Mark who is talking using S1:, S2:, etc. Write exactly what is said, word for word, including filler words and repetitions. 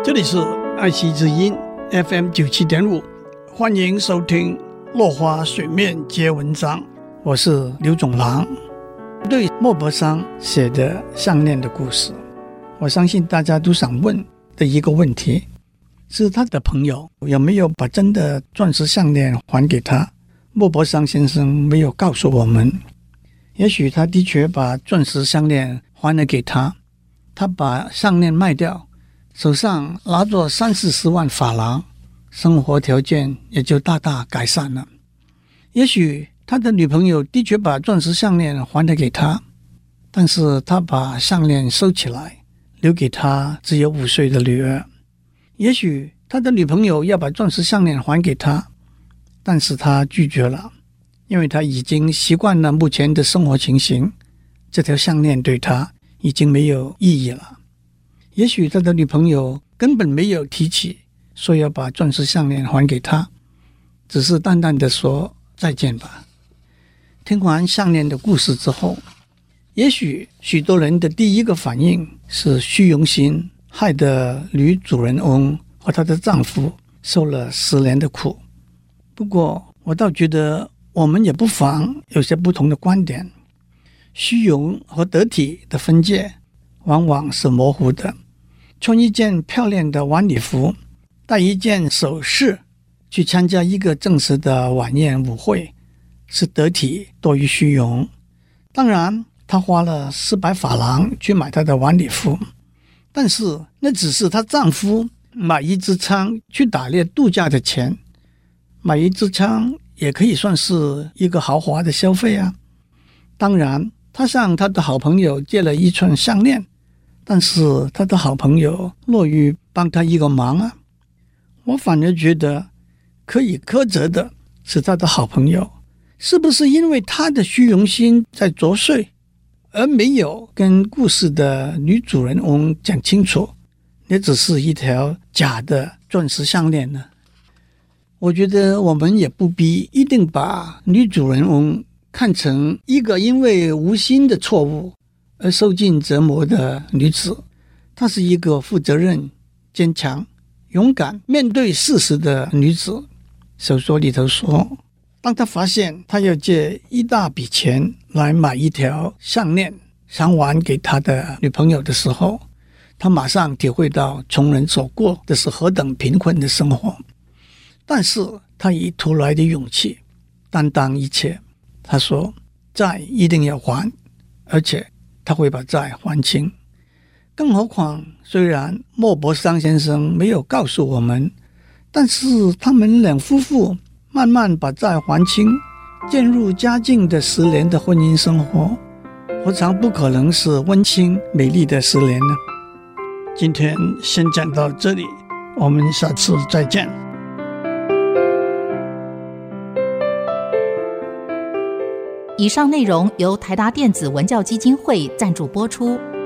S1: 这里是爱惜之音 F M 九十七点五，欢迎收听落花水面皆文章，我是刘总郎。对莫泊桑写的项链的故事，我相信大家都想问的一个问题是，他的朋友有没有把真的钻石项链还给他？莫泊桑先生没有告诉我们。也许他的确把钻石项链还了给他，他把项链卖掉，手上拿着三四十万法郎，生活条件也就大大改善了。也许他的女朋友的确把钻石项链还了给他，但是他把项链收起来，留给他只有五岁的女儿。也许他的女朋友要把钻石项链还给他，但是他拒绝了，因为他已经习惯了目前的生活情形，这条项链对他已经没有意义了。也许他的女朋友根本没有提起说要把钻石项链还给他，只是淡淡的说再见吧。听完项链的故事之后，也许许多人的第一个反应是虚荣心害得女主人翁和她的丈夫受了十年的苦。不过我倒觉得我们也不妨有些不同的观点。虚荣和得体的分界往往是模糊的。穿一件漂亮的晚礼服，戴一件首饰，去参加一个正式的晚宴舞会，是得体多于虚荣。当然她花了四百法郎去买她的晚礼服，但是那只是她丈夫买一支枪去打猎度假的钱。买一支枪也可以算是一个豪华的消费啊。当然她向她的好朋友借了一串项链，但是她的好朋友乐于帮她一个忙啊。我反而觉得可以苛责的是她的好朋友，是不是因为她的虚荣心在作祟，而没有跟故事的女主人翁讲清楚，那只是一条假的钻石项链呢？我觉得我们也不必一定把女主人翁看成一个因为无心的错误而受尽折磨的女子。她是一个负责任、坚强、勇敢面对事实的女子。小说里头说，当她发现她要借一大笔钱来买一条项链偿还给她的女朋友的时候，她马上体会到穷人所过的是何等贫困的生活。但是她以突来的勇气担当一切。她说债一定要还，而且她会把债还清。更何况虽然莫泊桑先生没有告诉我们，但是他们两夫妇慢慢把债还清，渐入佳境的十年的婚姻生活，何尝不可能是温馨美丽的十年呢？今天先讲到这里，我们下次再见。
S2: 以上内容由台达电子文教基金会赞助播出。